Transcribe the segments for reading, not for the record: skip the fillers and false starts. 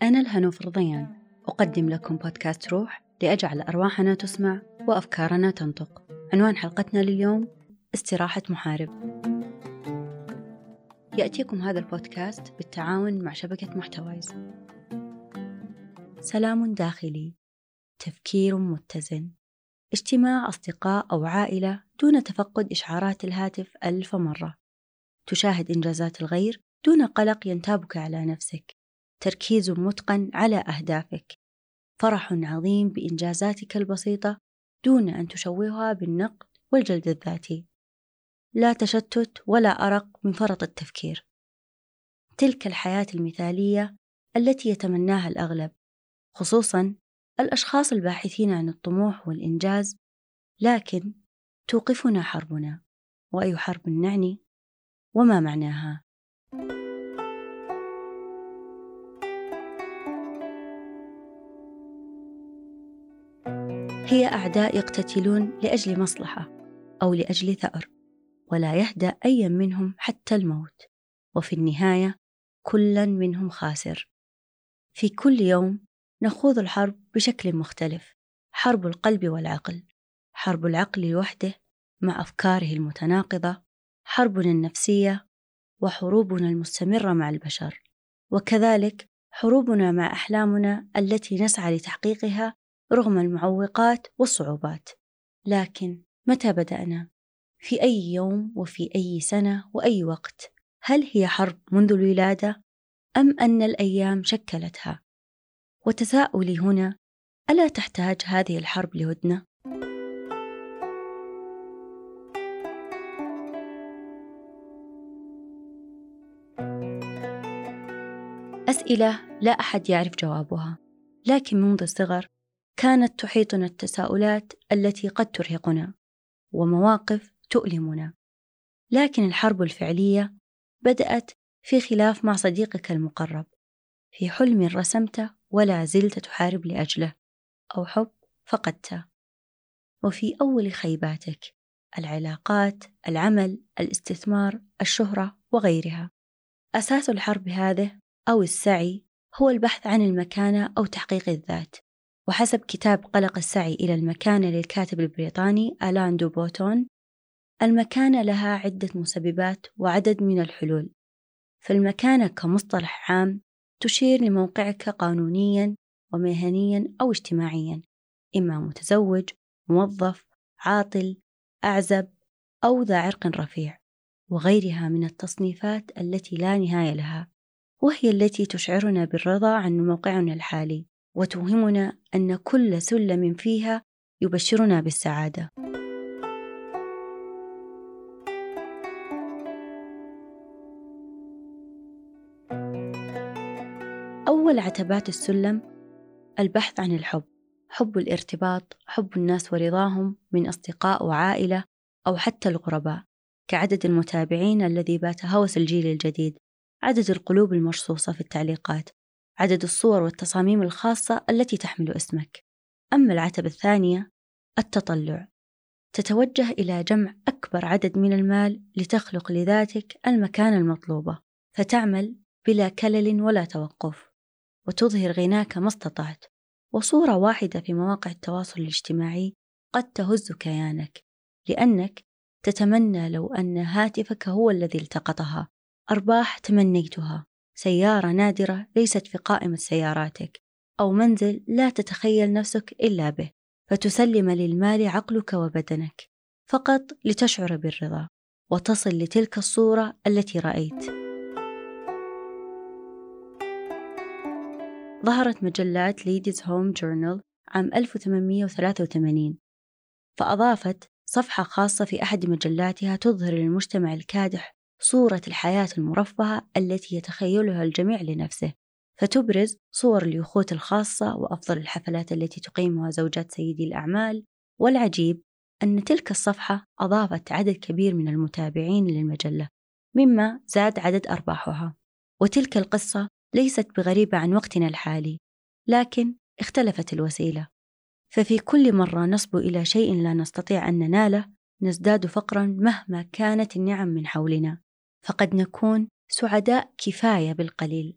أنا الهنوف رضيان، أقدم لكم بودكاست روح لأجعل أرواحنا تسمع وأفكارنا تنطق. عنوان حلقتنا لليوم: استراحة محارب. يأتيكم هذا البودكاست بالتعاون مع شبكة محتوايز. سلام داخلي، تفكير متزن، اجتماع أصدقاء أو عائلة دون تفقد إشعارات الهاتف 1000 مرة، تشاهد إنجازات الغير دون قلق ينتابك على نفسك، تركيز متقن على أهدافك، فرح عظيم بإنجازاتك البسيطة دون أن تشوهها بالنقد والجلد الذاتي، لا تشتت ولا أرق من فرط التفكير. تلك الحياة المثالية التي يتمناها الأغلب، خصوصاً الأشخاص الباحثين عن الطموح والإنجاز، لكن توقفنا حربنا. وأي حرب نعني؟ وما معناها؟ هي أعداء يقتتلون لأجل مصلحة أو لأجل ثأر، ولا يهدأ أي منهم حتى الموت، وفي النهاية كل منهم خاسر. في كل يوم نخوض الحرب بشكل مختلف: حرب القلب والعقل، حرب العقل لوحده مع أفكاره المتناقضة، حربنا النفسية، وحروبنا المستمرة مع البشر، وكذلك حروبنا مع أحلامنا التي نسعى لتحقيقها رغم المعوقات والصعوبات. لكن متى بدأنا؟ في أي يوم وفي أي سنة وأي وقت؟ هل هي حرب منذ الولادة أم أن الأيام شكلتها؟ وتساؤلي هنا: ألا تحتاج هذه الحرب لهدنة؟ أسئلة لا أحد يعرف جوابها، لكن منذ الصغر كانت تحيطنا التساؤلات التي قد ترهقنا ومواقف تؤلمنا. لكن الحرب الفعلية بدأت في خلاف مع صديقك المقرب، في حلم رسمته ولا زلت تحارب لأجله، أو حب فقدته، وفي أول خيباتك: العلاقات، العمل، الاستثمار، الشهرة وغيرها. أساس الحرب هذه أو السعي هو البحث عن المكانة أو تحقيق الذات. وحسب كتاب قلق السعي إلى المكانة للكاتب البريطاني آلان دو بوتون، المكانة لها عدة مسببات وعدد من الحلول. فالمكانة كمصطلح عام تشير لموقعك قانونياً ومهنياً أو اجتماعياً، إما متزوج، موظف، عاطل، أعزب، أو ذا عرق رفيع، وغيرها من التصنيفات التي لا نهاية لها، وهي التي تشعرنا بالرضا عن موقعنا الحالي، وتوهمنا أن كل سلم فيها يبشرنا بالسعادة. أول عتبات السلم: البحث عن الحب، حب الارتباط، حب الناس ورضاهم من أصدقاء وعائلة أو حتى الغرباء، كعدد المتابعين الذي بات هوس الجيل الجديد، عدد القلوب المرصوصة في التعليقات، عدد الصور والتصاميم الخاصة التي تحمل اسمك. أما العتبة الثانية: التطلع، تتوجه إلى جمع أكبر عدد من المال لتخلق لذاتك المكانة المطلوبة، فتعمل بلا كلل ولا توقف، وتظهر غناك ما استطعت. وصورة واحدة في مواقع التواصل الاجتماعي قد تهز كيانك، لأنك تتمنى لو أن هاتفك هو الذي التقطها، أرباح تمنيتها، سيارة نادرة ليست في قائمة سياراتك، أو منزل لا تتخيل نفسك إلا به، فتسلم للمال عقلك وبدنك فقط لتشعر بالرضا وتصل لتلك الصورة التي رأيت. ظهرت مجلات ليديز هوم جورنال عام 1883، فأضافت صفحة خاصة في أحد مجلاتها تظهر للمجتمع الكادح صورة الحياة المرفهة التي يتخيلها الجميع لنفسه، فتبرز صور اليخوت الخاصة وأفضل الحفلات التي تقيمها زوجات سيدي الأعمال. والعجيب أن تلك الصفحة أضافت عدد كبير من المتابعين للمجلة، مما زاد عدد أرباحها. وتلك القصة ليست بغريبة عن وقتنا الحالي، لكن اختلفت الوسيلة. ففي كل مرة نصبو إلى شيء لا نستطيع أن نناله، نزداد فقراً مهما كانت النعم من حولنا، فقد نكون سعداء كفاية بالقليل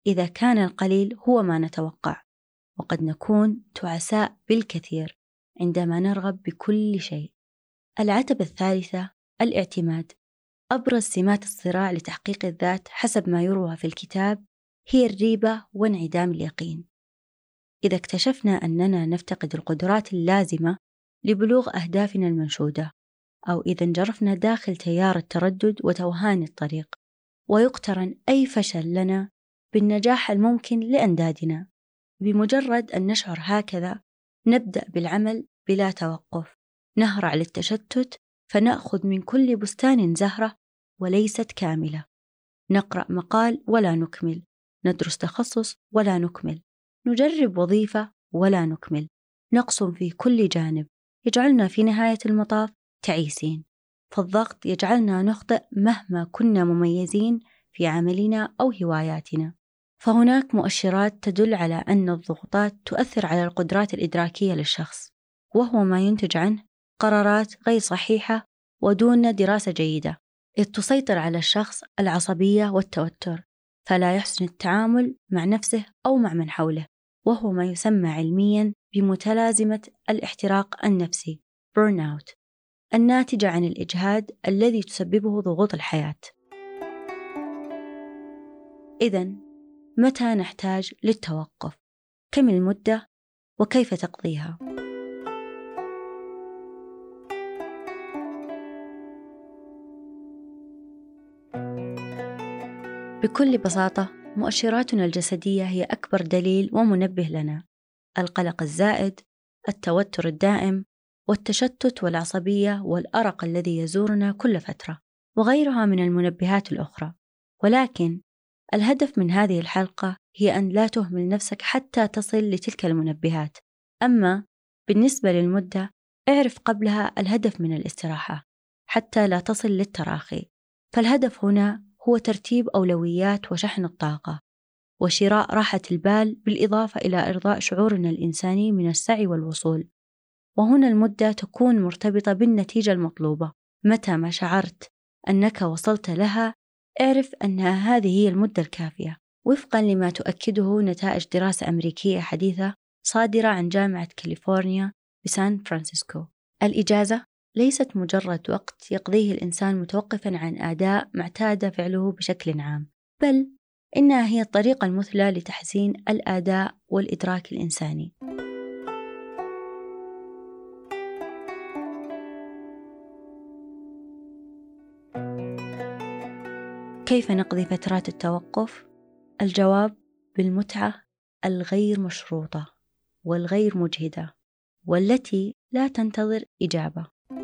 إذا كان القليل هو ما نتوقع، وقد نكون تعساء بالكثير عندما نرغب بكل شيء. العتبة الثالثة الاعتماد. أبرز سمات الصراع لتحقيق الذات حسب ما يروى في الكتاب هي الريبة وانعدام اليقين. إذا اكتشفنا أننا نفتقد القدرات اللازمة لبلوغ أهدافنا المنشودة، أو إذا انجرفنا داخل تيار التردد وتوهان الطريق، ويقترن أي فشل لنا بالنجاح الممكن لأندادنا، بمجرد أن نشعر هكذا نبدأ بالعمل بلا توقف، نهرع للتشتت فنأخذ من كل بستان زهرة وليست كاملة، نقرأ مقال ولا نكمل، ندرس تخصص ولا نكمل، نجرب وظيفة ولا نكمل، نقص في كل جانب يجعلنا في نهاية المطاف تعيسين، فالضغط يجعلنا نخطئ مهما كنا مميزين في عملنا أو هواياتنا. فهناك مؤشرات تدل على أن الضغوطات تؤثر على القدرات الإدراكية للشخص، وهو ما ينتج عنه قرارات غير صحيحة ودون دراسة جيدة، إذ تسيطر على الشخص العصبية والتوتر، فلا يحسن التعامل مع نفسه أو مع من حوله، وهو ما يسمى علمياً بمتلازمة الاحتراق النفسي burnout، الناتجة عن الإجهاد الذي تسببه ضغوط الحياة. إذن متى نحتاج للتوقف؟ كم المدة؟ وكيف تقضيها؟ بكل بساطة، مؤشراتنا الجسدية هي أكبر دليل ومنبه لنا. القلق الزائد، التوتر الدائم، والتشتت والعصبية والأرق الذي يزورنا كل فترة، وغيرها من المنبهات الأخرى. ولكن الهدف من هذه الحلقة هي أن لا تهمل نفسك حتى تصل لتلك المنبهات. أما بالنسبة للمدة، اعرف قبلها الهدف من الاستراحة حتى لا تصل للتراخي. فالهدف هنا هو ترتيب أولويات وشحن الطاقة وشراء راحة البال، بالإضافة إلى إرضاء شعورنا الإنساني من السعي والوصول. وهنا المدة تكون مرتبطة بالنتيجة المطلوبة. متى ما شعرت أنك وصلت لها، اعرف أن هذه هي المدة الكافية، وفقاً لما تؤكده نتائج دراسة أمريكية حديثة صادرة عن جامعة كاليفورنيا بسان فرانسيسكو. الإجازة ليست مجرد وقت يقضيه الإنسان متوقفاً عن أداء معتاد فعله بشكل عام، بل إنها هي الطريقة المثلى لتحسين الأداء والإدراك الإنساني. كيف نقضي فترات التوقف؟ الجواب بالمتعة الغير مشروطة والغير مجهدة، والتي لا تنتظر إجابة.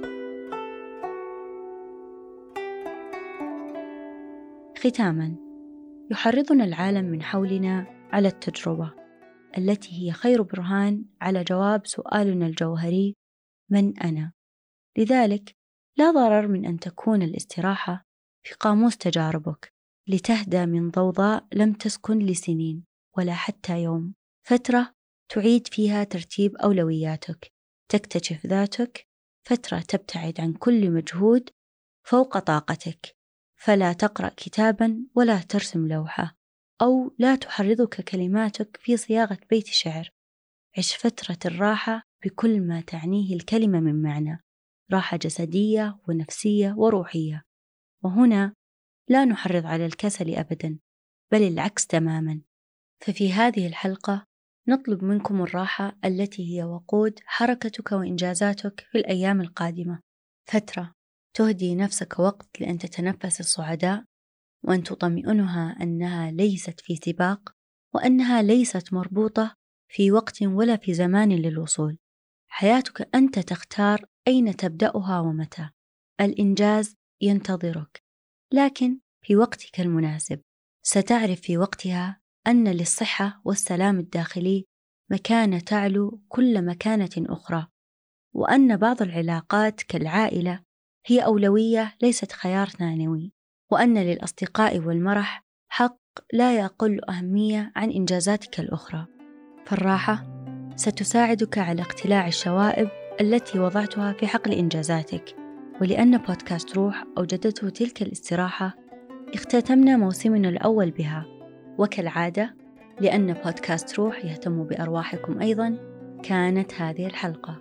ختاماً، يحرضنا العالم من حولنا على التجربة التي هي خير برهان على جواب سؤالنا الجوهري: من أنا؟ لذلك لا ضرر من أن تكون الاستراحة في قاموس تجاربك، لتهدى من ضوضاء لم تسكن لسنين ولا حتى يوم، فترة تعيد فيها ترتيب أولوياتك، تكتشف ذاتك، فترة تبتعد عن كل مجهود فوق طاقتك، فلا تقرأ كتاباً ولا ترسم لوحة، أو لا تحرضك كلماتك في صياغة بيت شعر. عش فترة الراحة بكل ما تعنيه الكلمة من معنى، راحة جسدية ونفسية وروحية. وهنا لا نحرض على الكسل أبداً، بل العكس تماماً. ففي هذه الحلقة نطلب منكم الراحة التي هي وقود حركتك وإنجازاتك في الأيام القادمة، فترة تهدي نفسك وقت لأن تتنفس الصعداء، وأن تطمئنها أنها ليست في سباق، وأنها ليست مربوطة في وقت ولا في زمان للوصول. حياتك أنت تختار أين تبدأها ومتى. الإنجاز ينتظرك، لكن في وقتك المناسب. ستعرف في وقتها أن للصحة والسلام الداخلي مكانة تعلو كل مكانة أخرى، وأن بعض العلاقات كالعائلة هي أولوية ليست خيار ثانوي، وأن للأصدقاء والمرح حق لا يقل أهمية عن إنجازاتك الأخرى. فالراحة ستساعدك على اقتلاع الشوائب التي وضعتها في حقل إنجازاتك. ولأن بودكاست روح أوجدته تلك الاستراحة، اختتمنا موسمنا الأول بها، وكالعادة لأن بودكاست روح يهتم بأرواحكم أيضا، كانت هذه الحلقة.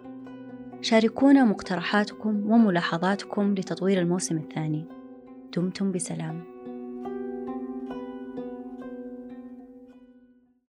شاركونا مقترحاتكم وملاحظاتكم لتطوير الموسم الثاني. دمتم بسلام.